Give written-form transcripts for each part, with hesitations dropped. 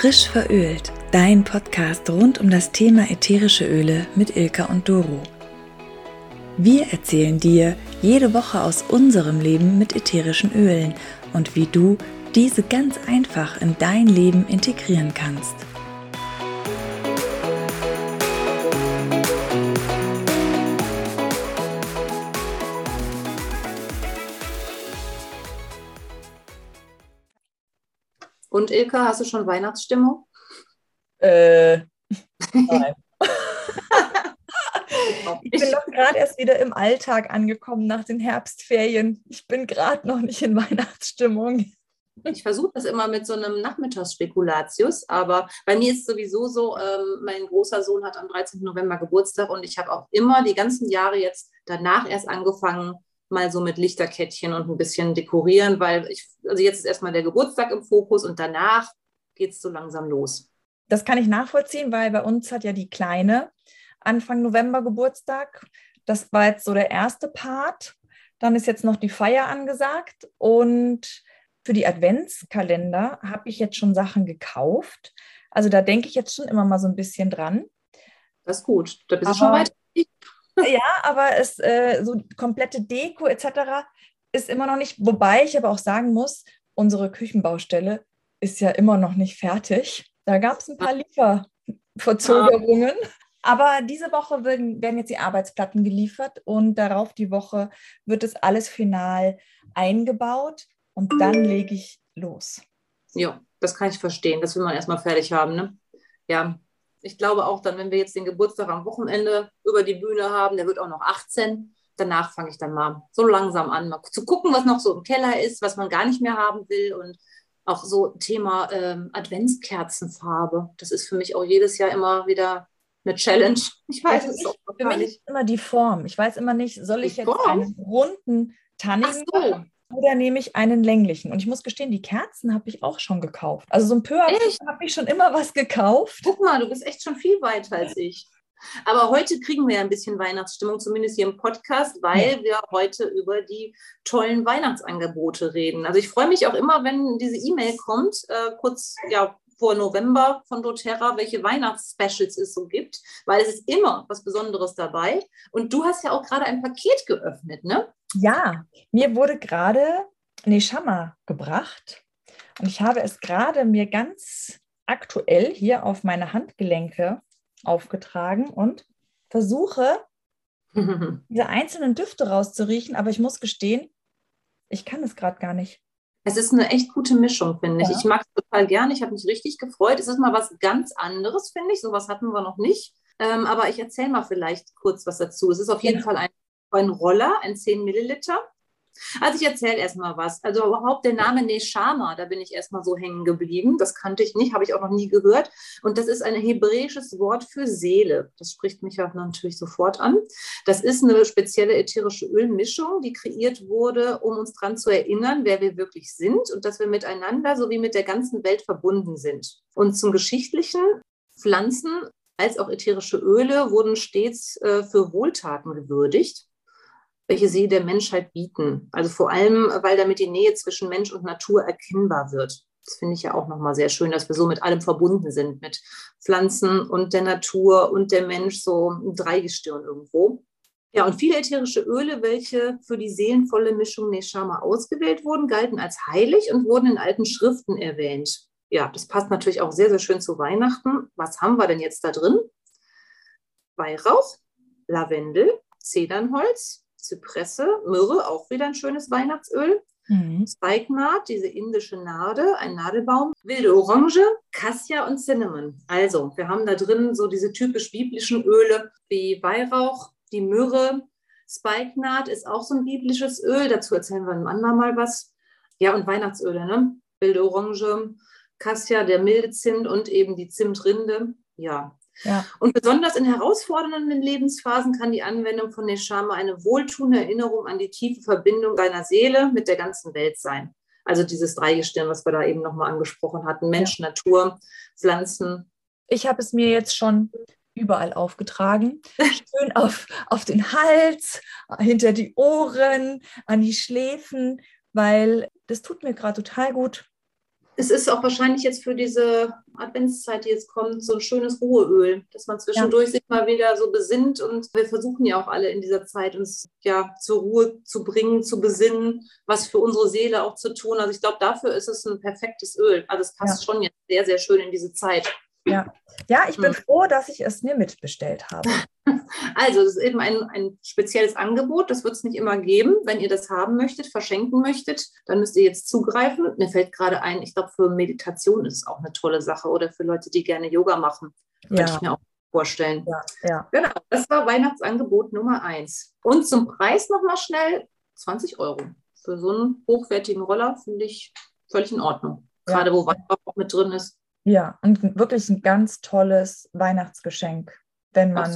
Frisch verölt, dein Podcast rund um das Thema ätherische Öle mit Ilka und Doro. Wir erzählen dir jede Woche aus unserem Leben mit ätherischen Ölen und wie du diese ganz einfach in dein Leben integrieren kannst. Und Ilka, hast du schon Weihnachtsstimmung? Nein. Ich bin doch gerade erst wieder im Alltag angekommen nach den Herbstferien. Ich bin gerade noch nicht in Weihnachtsstimmung. Ich versuche das immer mit so einem Nachmittagsspekulatius, aber bei mir ist sowieso so, mein großer Sohn hat am 13. November Geburtstag und ich habe auch immer die ganzen Jahre jetzt danach erst angefangen, mal so mit Lichterkettchen und ein bisschen dekorieren, weil also jetzt ist erstmal der Geburtstag im Fokus und danach geht es so langsam los. Das kann ich nachvollziehen, weil bei uns hat ja die Kleine Anfang November Geburtstag. Das war jetzt so der erste Part. Dann ist jetzt noch die Feier angesagt und für die Adventskalender habe ich jetzt schon Sachen gekauft. Also da denke ich jetzt schon immer mal so ein bisschen dran. Das ist gut, da bist du schon weiter. Ja, aber so komplette Deko etc. ist immer noch nicht, wobei ich aber auch sagen muss, unsere Küchenbaustelle ist ja immer noch nicht fertig. Da gab es ein paar Lieferverzögerungen. Aber diese Woche werden jetzt die Arbeitsplatten geliefert und darauf die Woche wird es alles final eingebaut und dann lege ich los. Ja, das kann ich verstehen. Das will man erstmal fertig haben, ne? Ja. Ich glaube auch dann, wenn wir jetzt den Geburtstag am Wochenende über die Bühne haben, der wird auch noch 18, danach fange ich dann mal so langsam an, mal zu gucken, was noch so im Keller ist, was man gar nicht mehr haben will und auch so Thema Adventskerzenfarbe. Das ist für mich auch jedes Jahr immer wieder eine Challenge. Ich weiß es auch für mich ist immer die Form. Ich weiß immer nicht, soll ich jetzt einen runden tannigen machen oder nehme ich einen länglichen? Und ich muss gestehen, die Kerzen habe ich auch schon gekauft. Also so ein peu habe ich schon immer was gekauft. Guck mal, du bist echt schon viel weiter als ich. Aber heute kriegen wir ja ein bisschen Weihnachtsstimmung, zumindest hier im Podcast, weil wir heute über die tollen Weihnachtsangebote reden. Also ich freue mich auch immer, wenn diese E-Mail kommt, kurz vor November von doTERRA, welche Weihnachtsspecials es so gibt, weil es ist immer was Besonderes dabei. Und du hast ja auch gerade ein Paket geöffnet, ne? Ja, mir wurde gerade Neshama gebracht und ich habe es gerade mir ganz aktuell hier auf meine Handgelenke aufgetragen und versuche, diese einzelnen Düfte rauszuriechen, aber ich muss gestehen, ich kann es gerade gar nicht. Es ist eine echt gute Mischung, finde ich. Ich mag es total gerne. Ich habe mich richtig gefreut. Es ist mal was ganz anderes, finde ich. Sowas hatten wir noch nicht. Aber ich erzähle mal vielleicht kurz was dazu. Es ist auf jeden Fall ein Roller, ein 10 Milliliter. Also ich erzähle erstmal was. Also überhaupt der Name Neshama, da bin ich erstmal so hängen geblieben. Das kannte ich nicht, habe ich auch noch nie gehört. Und das ist ein hebräisches Wort für Seele. Das spricht mich ja natürlich sofort an. Das ist eine spezielle ätherische Ölmischung, die kreiert wurde, um uns daran zu erinnern, wer wir wirklich sind und dass wir miteinander sowie mit der ganzen Welt verbunden sind. Und zum Geschichtlichen: Pflanzen als auch ätherische Öle wurden stets für Wohltaten gewürdigt, welche sie der Menschheit bieten. Also vor allem, weil damit die Nähe zwischen Mensch und Natur erkennbar wird. Das finde ich ja auch nochmal sehr schön, dass wir so mit allem verbunden sind, mit Pflanzen und der Natur und der Mensch, so ein Dreigestirn irgendwo. Ja, und viele ätherische Öle, welche für die seelenvolle Mischung Neshama ausgewählt wurden, galten als heilig und wurden in alten Schriften erwähnt. Ja, das passt natürlich auch sehr, sehr schön zu Weihnachten. Was haben wir denn jetzt da drin? Weihrauch, Lavendel, Zedernholz, Zypresse, Myrrhe, auch wieder ein schönes Weihnachtsöl, Spikenard, diese indische Nade, ein Nadelbaum, wilde Orange, Cassia und Cinnamon. Also, wir haben da drin so diese typisch biblischen Öle wie Weihrauch, die Myrrhe, Spikenard ist auch so ein biblisches Öl, dazu erzählen wir ein andermal was. Ja, und Weihnachtsöle, ne? Wilde Orange, Cassia, der milde Zimt und eben die Zimtrinde, ja. Und besonders in herausfordernden Lebensphasen kann die Anwendung von Neshama eine wohltuende Erinnerung an die tiefe Verbindung deiner Seele mit der ganzen Welt sein. Also dieses Dreigestirn, was wir da eben nochmal angesprochen hatten. Mensch, Natur, Pflanzen. Ich habe es mir jetzt schon überall aufgetragen. Schön auf den Hals, hinter die Ohren, an die Schläfen, weil das tut mir gerade total gut. Es ist auch wahrscheinlich jetzt für diese Adventszeit, die jetzt kommt, so ein schönes Ruheöl, dass man zwischendurch sich mal wieder so besinnt. Und wir versuchen ja auch alle in dieser Zeit, uns ja zur Ruhe zu bringen, zu besinnen, was für unsere Seele auch zu tun. Also ich glaube, dafür ist es ein perfektes Öl. Also es passt schon jetzt sehr, sehr schön in diese Zeit. Ja, ich bin froh, dass ich es mir mitbestellt habe. Also es ist eben ein spezielles Angebot, das wird es nicht immer geben. Wenn ihr das haben möchtet, verschenken möchtet, dann müsst ihr jetzt zugreifen. Mir fällt gerade ein, ich glaube, für Meditation ist es auch eine tolle Sache oder für Leute, die gerne Yoga machen, könnte ich mir auch vorstellen. Ja. Genau, das war Weihnachtsangebot Nummer 1. Und zum Preis nochmal schnell 20 €. Für so einen hochwertigen Roller finde ich völlig in Ordnung. Gerade wo Weihrauch auch mit drin ist. Ja, und wirklich ein ganz tolles Weihnachtsgeschenk, wenn man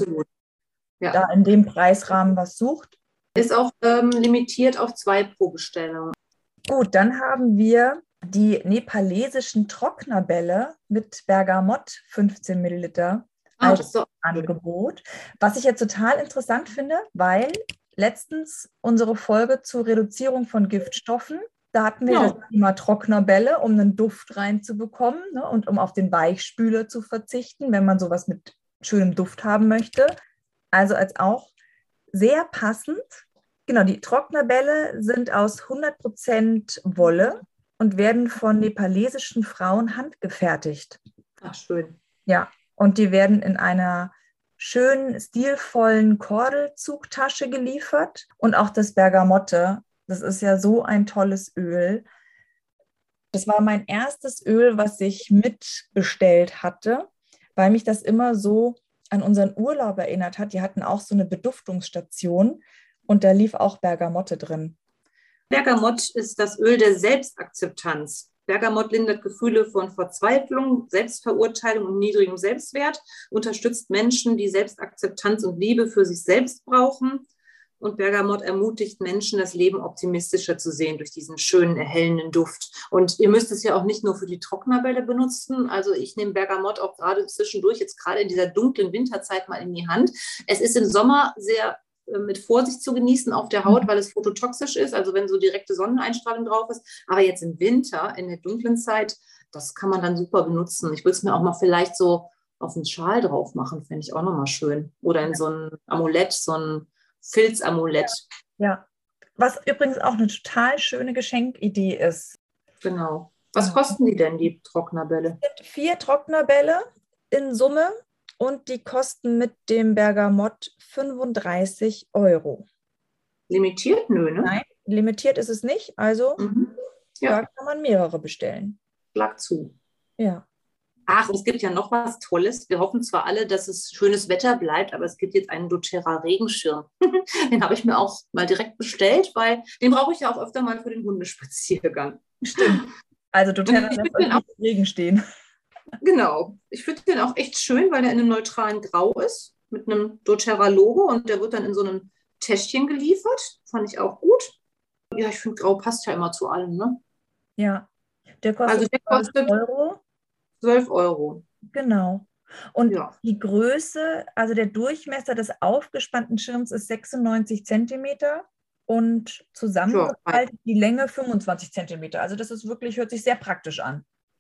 da in dem Preisrahmen was sucht. Ist auch limitiert auf 2 pro Bestellung. Gut, dann haben wir die nepalesischen Trocknerbälle mit Bergamott, 15 Milliliter als Angebot. Was ich jetzt total interessant finde, weil letztens unsere Folge zur Reduzierung von Giftstoffen, da hatten wir das Thema Trocknerbälle, um einen Duft reinzubekommen, ne, und um auf den Weichspüler zu verzichten, wenn man sowas mit schönem Duft haben möchte. Also als auch sehr passend. Genau, die Trocknerbälle sind aus 100% Wolle und werden von nepalesischen Frauen handgefertigt. Ach, schön. Ja, und die werden in einer schönen, stilvollen Kordelzugtasche geliefert. Und auch das Bergamotte, das ist ja so ein tolles Öl. Das war mein erstes Öl, was ich mitbestellt hatte, weil mich das immer so an unseren Urlaub erinnert hat. Die hatten auch so eine Beduftungsstation und da lief auch Bergamotte drin. Bergamott ist das Öl der Selbstakzeptanz. Bergamott lindert Gefühle von Verzweiflung, Selbstverurteilung und niedrigem Selbstwert, unterstützt Menschen, die Selbstakzeptanz und Liebe für sich selbst brauchen. Und Bergamott ermutigt Menschen, das Leben optimistischer zu sehen durch diesen schönen, erhellenden Duft. Und ihr müsst es ja auch nicht nur für die Trocknerbälle benutzen. Also ich nehme Bergamott auch gerade zwischendurch, jetzt gerade in dieser dunklen Winterzeit mal in die Hand. Es ist im Sommer sehr mit Vorsicht zu genießen auf der Haut, weil es phototoxisch ist, also wenn so direkte Sonneneinstrahlung drauf ist. Aber jetzt im Winter, in der dunklen Zeit, das kann man dann super benutzen. Ich würde es mir auch mal vielleicht so auf einen Schal drauf machen, fände ich auch nochmal schön. Oder in so ein Amulett, so ein Filzamulett. Ja, was übrigens auch eine total schöne Geschenkidee ist. Genau. Was kosten die denn, die Trocknerbälle? Es sind 4 Trocknerbälle in Summe. Und die kosten mit dem Bergamott 35 €. Limitiert? Nö, ne? Nein, limitiert ist es nicht. Also da kann man mehrere bestellen. Schlag zu. Ja. Ach, es gibt ja noch was Tolles. Wir hoffen zwar alle, dass es schönes Wetter bleibt, aber es gibt jetzt einen doTERRA-Regenschirm. Den habe ich mir auch mal direkt bestellt, weil den brauche ich ja auch öfter mal für den Hundespaziergang. Stimmt. Also doTERRA lässt euch nicht im Regen stehen. Genau. Ich finde den auch echt schön, weil der in einem neutralen Grau ist, mit einem doTERRA-Logo und der wird dann in so einem Täschchen geliefert. Fand ich auch gut. Ja, ich finde, Grau passt ja immer zu allem, ne? Ja. Der kostet 12 €. 12 €. Genau. Und die Größe, also der Durchmesser des aufgespannten Schirms ist 96 Zentimeter und zusammengefaltet die Länge 25 Zentimeter. Also das ist wirklich, hört sich sehr praktisch an.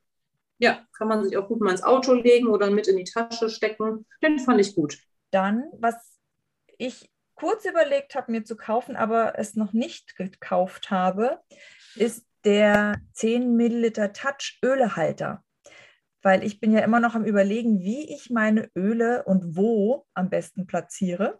Ja, kann man sich auch gut mal ins Auto legen oder mit in die Tasche stecken. Den fand ich gut. Dann, was ich kurz überlegt habe, mir zu kaufen, aber es noch nicht gekauft habe, ist der 10 Milliliter Touch Ölehalter. Weil ich bin ja immer noch am Überlegen, wie ich meine Öle und wo am besten platziere.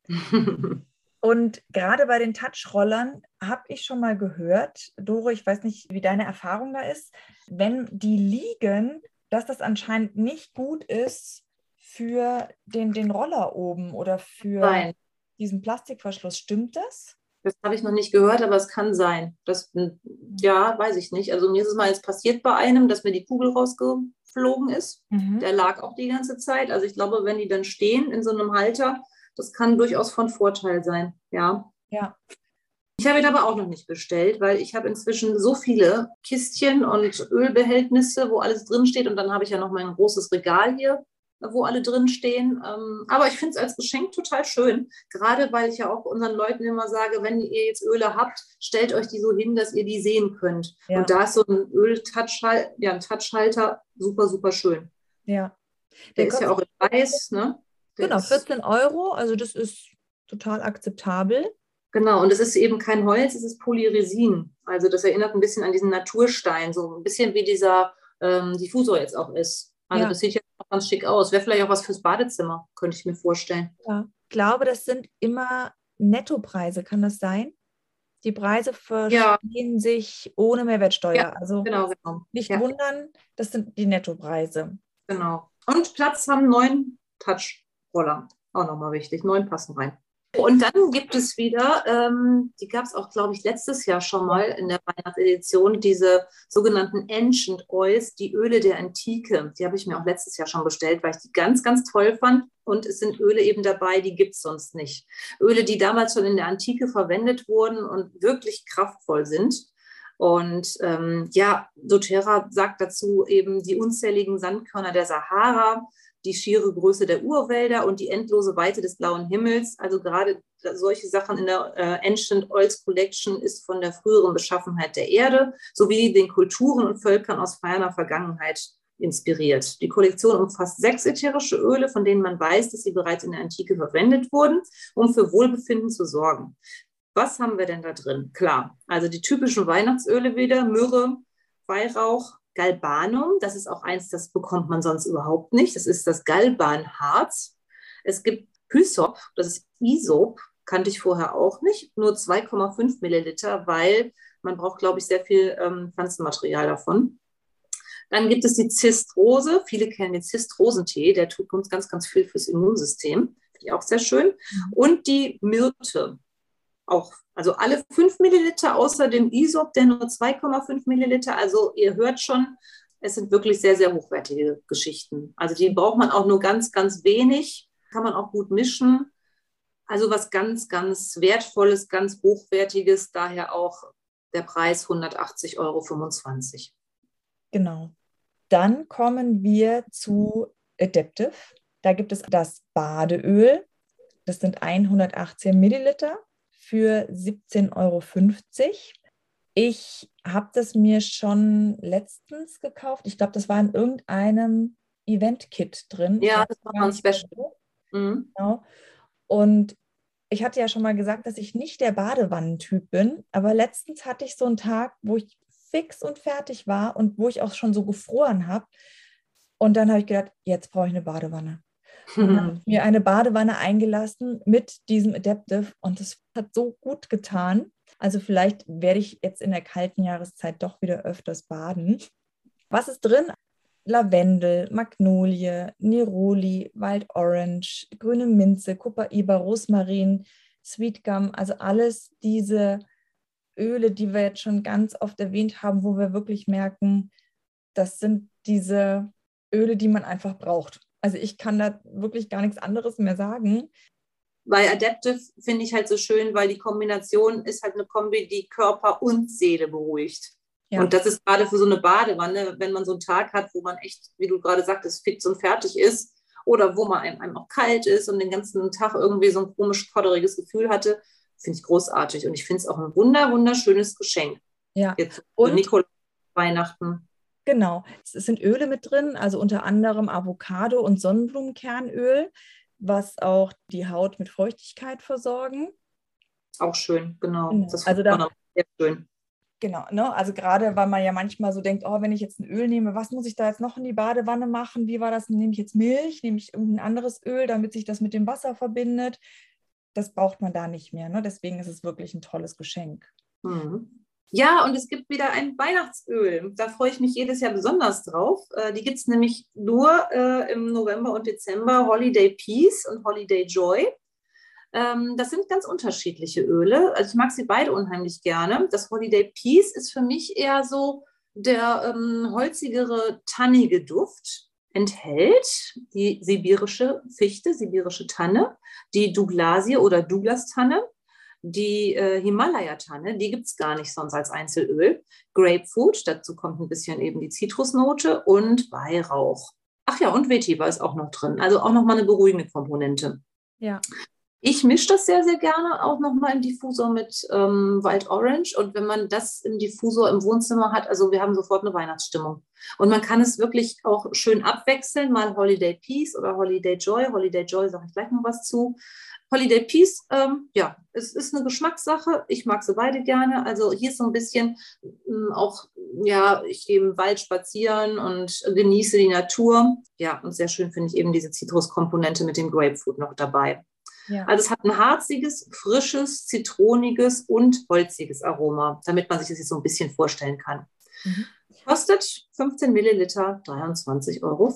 Und gerade bei den Touchrollern habe ich schon mal gehört, Doro, ich weiß nicht, wie deine Erfahrung da ist, wenn die liegen, dass das anscheinend nicht gut ist für den Roller oben oder für diesen Plastikverschluss. Stimmt das? Das habe ich noch nicht gehört, aber es kann sein. Das, ja, weiß ich nicht. Also mir ist es mal jetzt passiert bei einem, dass mir die Kugel rausgeflogen ist. Der lag auch die ganze Zeit. Also ich glaube, wenn die dann stehen in so einem Halter, das kann durchaus von Vorteil sein, ja. Ja. Ich habe ihn aber auch noch nicht bestellt, weil ich habe inzwischen so viele Kistchen und Ölbehältnisse, wo alles drinsteht. Und dann habe ich ja noch mein großes Regal hier wo alle drin stehen. Aber ich finde es als Geschenk total schön, gerade weil ich ja auch unseren Leuten immer sage, wenn ihr jetzt Öle habt, stellt euch die so hin, dass ihr die sehen könnt. Ja. Und da ist so ein ein Touchhalter super, super schön. Ja. Der ist ja auch in weiß, ne? Genau, 14 €, also das ist total akzeptabel. Genau, und es ist eben kein Holz, es ist Polyresin. Also das erinnert ein bisschen an diesen Naturstein, so ein bisschen wie dieser Diffusor jetzt auch ist. Also das sieht ja auch ganz schick aus. Wäre vielleicht auch was fürs Badezimmer, könnte ich mir vorstellen. Ja, ich glaube, das sind immer Nettopreise, kann das sein? Die Preise verstehen sich ohne Mehrwertsteuer. Ja, also genau. nicht wundern, das sind die Nettopreise. Genau. Und Platz haben 9 Touch-Roller. Auch nochmal wichtig. 9 passen rein. Und dann gibt es wieder, die gab es auch, glaube ich, letztes Jahr schon mal in der Weihnachtsedition, diese sogenannten Ancient Oils, die Öle der Antike. Die habe ich mir auch letztes Jahr schon bestellt, weil ich die ganz, ganz toll fand. Und es sind Öle eben dabei, die gibt es sonst nicht. Öle, die damals schon in der Antike verwendet wurden und wirklich kraftvoll sind. Und doTERRA sagt dazu eben die unzähligen Sandkörner der Sahara, die schiere Größe der Urwälder und die endlose Weite des blauen Himmels. Also gerade solche Sachen in der Ancient Oils Collection ist von der früheren Beschaffenheit der Erde sowie den Kulturen und Völkern aus ferner Vergangenheit inspiriert. Die Kollektion umfasst 6 ätherische Öle, von denen man weiß, dass sie bereits in der Antike verwendet wurden, um für Wohlbefinden zu sorgen. Was haben wir denn da drin? Klar, also die typischen Weihnachtsöle wieder, Myrrhe, Weihrauch, Galbanum, das ist auch eins, das bekommt man sonst überhaupt nicht. Das ist das Galbanharz. Es gibt Hyssop, das ist Isop, kannte ich vorher auch nicht, nur 2,5 Milliliter, weil man braucht, glaube ich, sehr viel Pflanzenmaterial davon. Dann gibt es die Zistrose. Viele kennen den Zistrosentee, der tut uns ganz, ganz viel fürs Immunsystem. Finde ich auch sehr schön. Und die Myrte. Auch, also alle 5 Milliliter außer dem Isop, der nur 2,5 Milliliter. Also ihr hört schon, es sind wirklich sehr, sehr hochwertige Geschichten. Also die braucht man auch nur ganz, ganz wenig. Kann man auch gut mischen. Also was ganz, ganz Wertvolles, ganz Hochwertiges. Daher auch der Preis 180,25 €. Genau. Dann kommen wir zu Adaptive. Da gibt es das Badeöl. Das sind 118 Milliliter. Für 17,50 €. Ich habe das mir schon letztens gekauft. Ich glaube, das war in irgendeinem Event-Kit drin. Ja, das war ein Special. Genau. Und ich hatte ja schon mal gesagt, dass ich nicht der Badewannentyp bin. Aber letztens hatte ich so einen Tag, wo ich fix und fertig war und wo ich auch schon so gefroren habe. Und dann habe ich gedacht, jetzt brauche ich eine Badewanne. Und dann habe ich mir eine Badewanne eingelassen mit diesem Adaptive und das hat so gut getan. Also vielleicht werde ich jetzt in der kalten Jahreszeit doch wieder öfters baden. Was ist drin? Lavendel, Magnolie, Neroli, Wild Orange, grüne Minze, Copaiba, Rosmarin, Sweet Gum, also alles diese Öle, die wir jetzt schon ganz oft erwähnt haben, wo wir wirklich merken, das sind diese Öle, die man einfach braucht. Also ich kann da wirklich gar nichts anderes mehr sagen. Bei Adaptive finde ich halt so schön, weil die Kombination ist halt eine Kombi, die Körper und Seele beruhigt. Ja. Und das ist gerade für so eine Badewanne, wenn man so einen Tag hat, wo man echt, wie du gerade sagtest, fix und fertig ist oder wo man einem auch kalt ist und den ganzen Tag irgendwie so ein komisch podderiges Gefühl hatte, finde ich großartig. Und ich finde es auch ein wunderschönes Geschenk. Ja. Jetzt für Nikolaus, Weihnachten. Genau, es sind Öle mit drin, also unter anderem Avocado- und Sonnenblumenkernöl, was auch die Haut mit Feuchtigkeit versorgen. Auch schön, genau. Das also da, sehr schön. Genau, ne? Also gerade, weil man ja manchmal so denkt, oh, wenn ich jetzt ein Öl nehme, was muss ich da jetzt noch in die Badewanne machen? Wie war das? Nehme ich jetzt Milch? Nehme ich irgendein anderes Öl, damit sich das mit dem Wasser verbindet? Das braucht man da nicht mehr. Ne? Deswegen ist es wirklich ein tolles Geschenk. Mhm. Ja, und es gibt wieder ein Weihnachtsöl. Da freue ich mich jedes Jahr besonders drauf. Die gibt es nämlich nur im November und Dezember, Holiday Peace und Holiday Joy. Das sind ganz unterschiedliche Öle. Also ich mag sie beide unheimlich gerne. Das Holiday Peace ist für mich eher so der holzigere, tannige Duft. Enthält die sibirische Fichte, sibirische Tanne, die Douglasie oder Douglas-Tanne, die Himalaya-Tanne, die gibt es gar nicht sonst als Einzelöl. Grapefruit, dazu kommt ein bisschen eben die Zitrusnote und Weihrauch. Ach ja, und Vetiver ist auch noch drin. Also auch nochmal eine beruhigende Komponente. Ja. Ich mische das sehr, sehr gerne auch nochmal im Diffusor mit Wild Orange. Und wenn man das im Diffusor im Wohnzimmer hat, also wir haben sofort eine Weihnachtsstimmung. Und man kann es wirklich auch schön abwechseln, mal Holiday Peace oder Holiday Joy. Holiday Joy sage ich gleich noch was zu. Holiday Peace, ja, es ist eine Geschmackssache. Ich mag sie beide gerne. Also hier ist so ein bisschen auch, ja, ich gehe im Wald spazieren und genieße die Natur. Ja, und sehr schön finde ich eben diese Zitruskomponente mit dem Grapefruit noch dabei. Ja. Also es hat ein harziges, frisches, zitroniges und holziges Aroma, damit man sich das jetzt so ein bisschen vorstellen kann. Mhm. Kostet 15 Milliliter 23,50 Euro.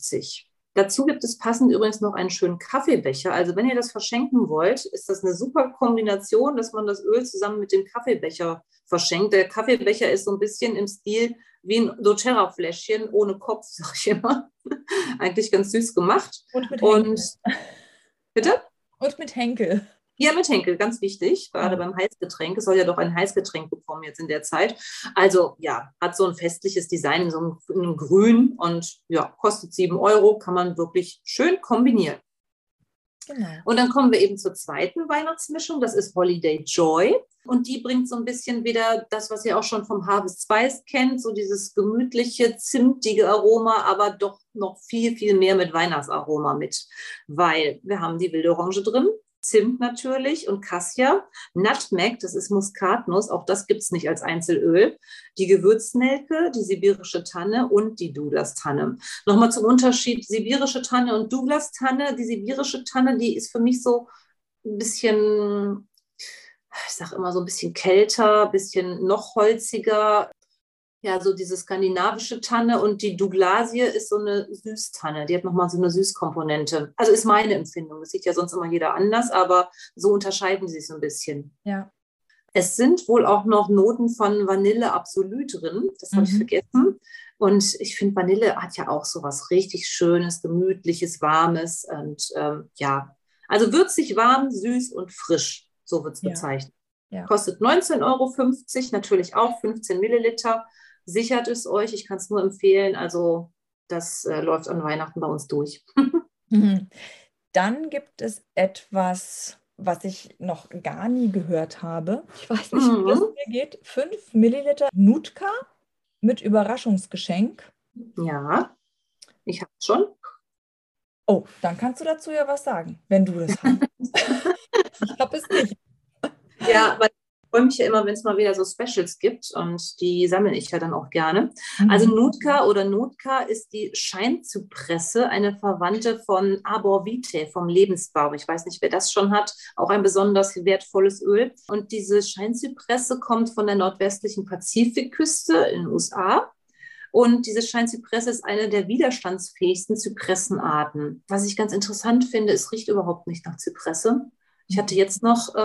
Dazu gibt es passend übrigens noch einen schönen Kaffeebecher. Also wenn ihr das verschenken wollt, ist das eine super Kombination, dass man das Öl zusammen mit dem Kaffeebecher verschenkt. Der Kaffeebecher ist so ein bisschen im Stil wie ein doTERRA-Fläschchen ohne Kopf, sag ich immer. Eigentlich ganz süß gemacht. Und mit Henkel. Bitte? Und mit Henkel. Ja, mit Henkel, ganz wichtig, gerade beim Heißgetränk. Es soll ja doch ein Heißgetränk bekommen jetzt in der Zeit. Also ja, hat so ein festliches Design in so einem Grün und ja, kostet 7 Euro, kann man wirklich schön kombinieren. Genau. Und dann kommen wir eben zur zweiten Weihnachtsmischung, das ist Holiday Joy. Und die bringt so ein bisschen wieder das, was ihr auch schon vom Harvest Spice kennt, so dieses gemütliche, zimtige Aroma, aber doch noch viel, viel mehr mit Weihnachtsaroma mit. Weil wir haben die wilde Orange drin, Zimt natürlich und Cassia, Nutmeg, das ist Muskatnuss, auch das gibt es nicht als Einzelöl, die Gewürznelke, die sibirische Tanne und die Douglas-Tanne. Nochmal zum Unterschied, sibirische Tanne und Douglas-Tanne. Die sibirische Tanne, die ist für mich so ein bisschen, ich sage immer so ein bisschen kälter, ein bisschen noch holziger. Ja, so diese skandinavische Tanne und die Douglasie ist so eine Süßtanne. Die hat nochmal so eine Süßkomponente. Also ist meine Empfindung. Das sieht ja sonst immer jeder anders, aber so unterscheiden sie sich so ein bisschen. Ja. Es sind wohl auch noch Noten von Vanille Absolut drin. Das habe ich vergessen. Und ich finde, Vanille hat ja auch so was richtig Schönes, Gemütliches, Warmes. Und ja, also würzig, warm, süß und frisch. So wird es bezeichnet. Ja. Kostet 19,50 Euro, natürlich auch 15 Milliliter. Sichert es euch, ich kann es nur empfehlen. Also das läuft an Weihnachten bei uns durch. Dann gibt es etwas, was ich noch gar nie gehört habe. Ich weiß nicht, wie das mir geht. 5 Milliliter Nutka mit Überraschungsgeschenk. Ja, ich habe es schon. Oh, dann kannst du dazu ja was sagen, wenn du das hast. Ich habe es nicht. Ja, weil ich freue mich ja immer, wenn es mal wieder so Specials gibt und die sammle ich ja dann auch gerne. Also Nutka oder Notka ist die Scheinzypresse, eine Verwandte von Arbor Vitae, vom Lebensbaum. Ich weiß nicht, wer das schon hat. Auch ein besonders wertvolles Öl. Und diese Scheinzypresse kommt von der nordwestlichen Pazifikküste in den USA. Und diese Scheinzypresse ist eine der widerstandsfähigsten Zypressenarten. Was ich ganz interessant finde, es riecht überhaupt nicht nach Zypresse. Ich hatte jetzt noch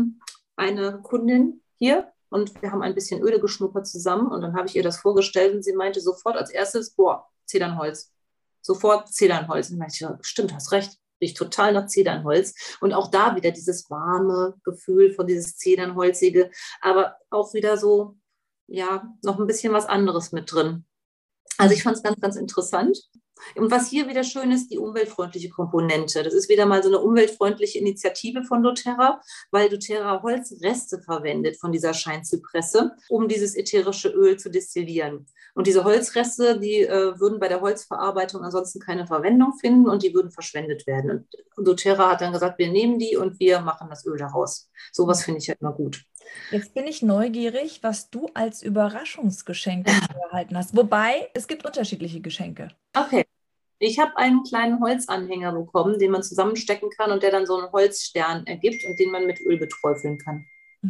eine Kundin hier und wir haben ein bisschen Öle geschnuppert zusammen und dann habe ich ihr das vorgestellt und sie meinte sofort als erstes, boah, Zedernholz. Sofort Zedernholz. Und ich dachte, stimmt, hast recht, riecht total nach Zedernholz. Und auch da wieder dieses warme Gefühl von dieses Zedernholzige, aber auch wieder so, ja, noch ein bisschen was anderes mit drin. Also ich fand es ganz, ganz interessant. Und was hier wieder schön ist, die umweltfreundliche Komponente. Das ist wieder mal so eine umweltfreundliche Initiative von doTERRA, weil doTERRA Holzreste verwendet von dieser Scheinzypresse, um dieses ätherische Öl zu destillieren. Und diese Holzreste, die würden bei der Holzverarbeitung ansonsten keine Verwendung finden und die würden verschwendet werden. Und doTERRA hat dann gesagt, wir nehmen die und wir machen das Öl daraus. Sowas finde ich ja immer gut. Jetzt bin ich neugierig, was du als Überraschungsgeschenk erhalten hast. Wobei, es gibt unterschiedliche Geschenke. Okay. Ich habe einen kleinen Holzanhänger bekommen, den man zusammenstecken kann und der dann so einen Holzstern ergibt und den man mit Öl beträufeln kann.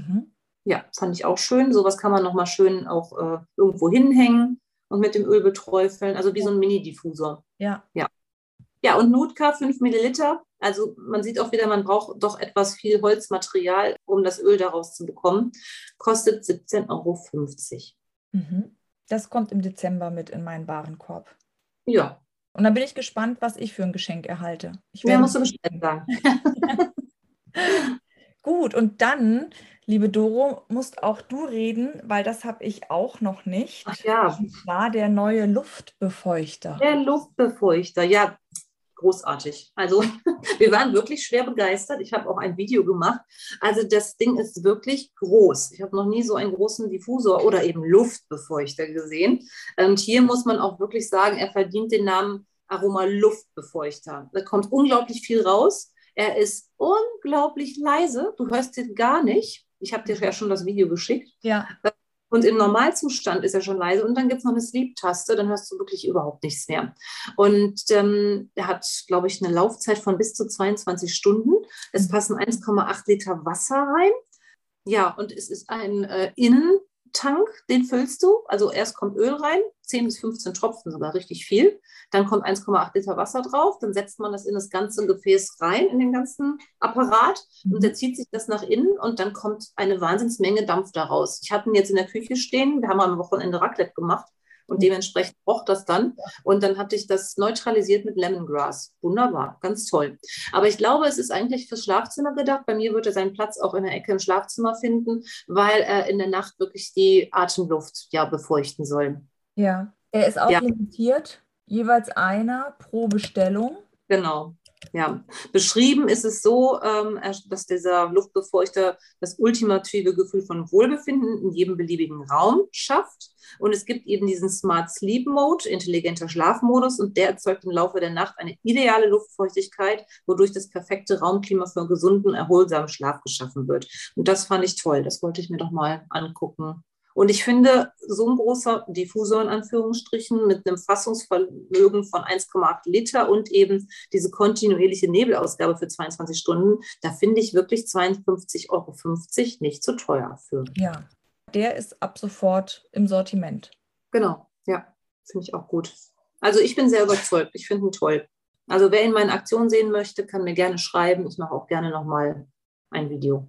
Ja, fand ich auch schön. Sowas kann man nochmal schön auch irgendwo hinhängen und mit dem Öl beträufeln. Also wie so ein Mini-Diffusor. Ja. Ja, und Nutka 5 Milliliter. Also man sieht auch wieder, man braucht doch etwas viel Holzmaterial, um das Öl daraus zu bekommen. Kostet 17,50 Euro. Das kommt im Dezember mit in meinen Warenkorb. Ja. Und dann bin ich gespannt, was ich für ein Geschenk erhalte. Wer musst du Bescheid sagen? Gut, und dann, liebe Doro, musst auch du reden, weil das habe ich auch noch nicht. Ach ja, Und zwar der neue Luftbefeuchter. der Luftbefeuchter, ja, großartig. Also wir waren wirklich schwer begeistert. Ich habe auch ein Video gemacht. Also das Ding ist wirklich groß. Ich habe noch nie so einen großen Diffusor oder eben Luftbefeuchter gesehen. Und hier muss man auch wirklich sagen, er verdient den Namen Aroma Luftbefeuchter. Da kommt unglaublich viel raus. Er ist unglaublich leise. Du hörst ihn gar nicht. Ich habe dir ja schon das Video geschickt. Ja. Und im Normalzustand ist er schon leise und dann gibt es noch eine Sleep-Taste, dann hörst du wirklich überhaupt nichts mehr. Und er hat, glaube ich, eine Laufzeit von bis zu 22 Stunden. Es passen 1,8 Liter Wasser rein. Ja, und es ist ein Innentank, den füllst du. Also erst kommt Öl rein, 10 bis 15 Tropfen, sogar richtig viel. Dann kommt 1,8 Liter Wasser drauf. Dann setzt man das in das ganze Gefäß rein, in den ganzen Apparat. Und dann zieht sich das nach innen und dann kommt eine Wahnsinnsmenge Dampf daraus. Ich hatte ihn jetzt in der Küche stehen. Wir haben am Wochenende Raclette gemacht. Und dementsprechend roch das dann. Und dann hatte ich das neutralisiert mit Lemongrass. Wunderbar, ganz toll. Aber ich glaube, es ist eigentlich fürs Schlafzimmer gedacht. Bei mir wird er seinen Platz auch in der Ecke im Schlafzimmer finden, weil er in der Nacht wirklich die Atemluft befeuchten soll. Ja, er ist auch limitiert, jeweils einer pro Bestellung. Genau. Ja, beschrieben ist es so, dass dieser Luftbefeuchter das ultimative Gefühl von Wohlbefinden in jedem beliebigen Raum schafft. Und es gibt eben diesen Smart Sleep Mode, intelligenter Schlafmodus, und der erzeugt im Laufe der Nacht eine ideale Luftfeuchtigkeit, wodurch das perfekte Raumklima für einen gesunden, erholsamen Schlaf geschaffen wird. Und das fand ich toll. Das wollte ich mir doch mal angucken. Und ich finde, so ein großer Diffusor in Anführungsstrichen mit einem Fassungsvermögen von 1,8 Liter und eben diese kontinuierliche Nebelausgabe für 22 Stunden, da finde ich wirklich 52,50 € nicht zu teuer für. Ja, der ist ab sofort im Sortiment. Genau, ja, finde ich auch gut. Also ich bin sehr überzeugt, ich finde ihn toll. Also wer ihn mal in Aktion sehen möchte, kann mir gerne schreiben. Ich mache auch gerne nochmal ein Video.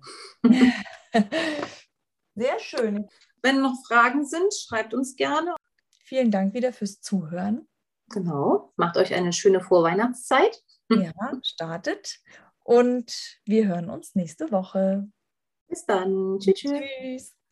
Sehr schön. Wenn noch Fragen sind, schreibt uns gerne. Vielen Dank wieder fürs Zuhören. Genau, macht euch eine schöne Vorweihnachtszeit. Ja, startet. Und wir hören uns nächste Woche. Bis dann. Tschüss. Tschüss.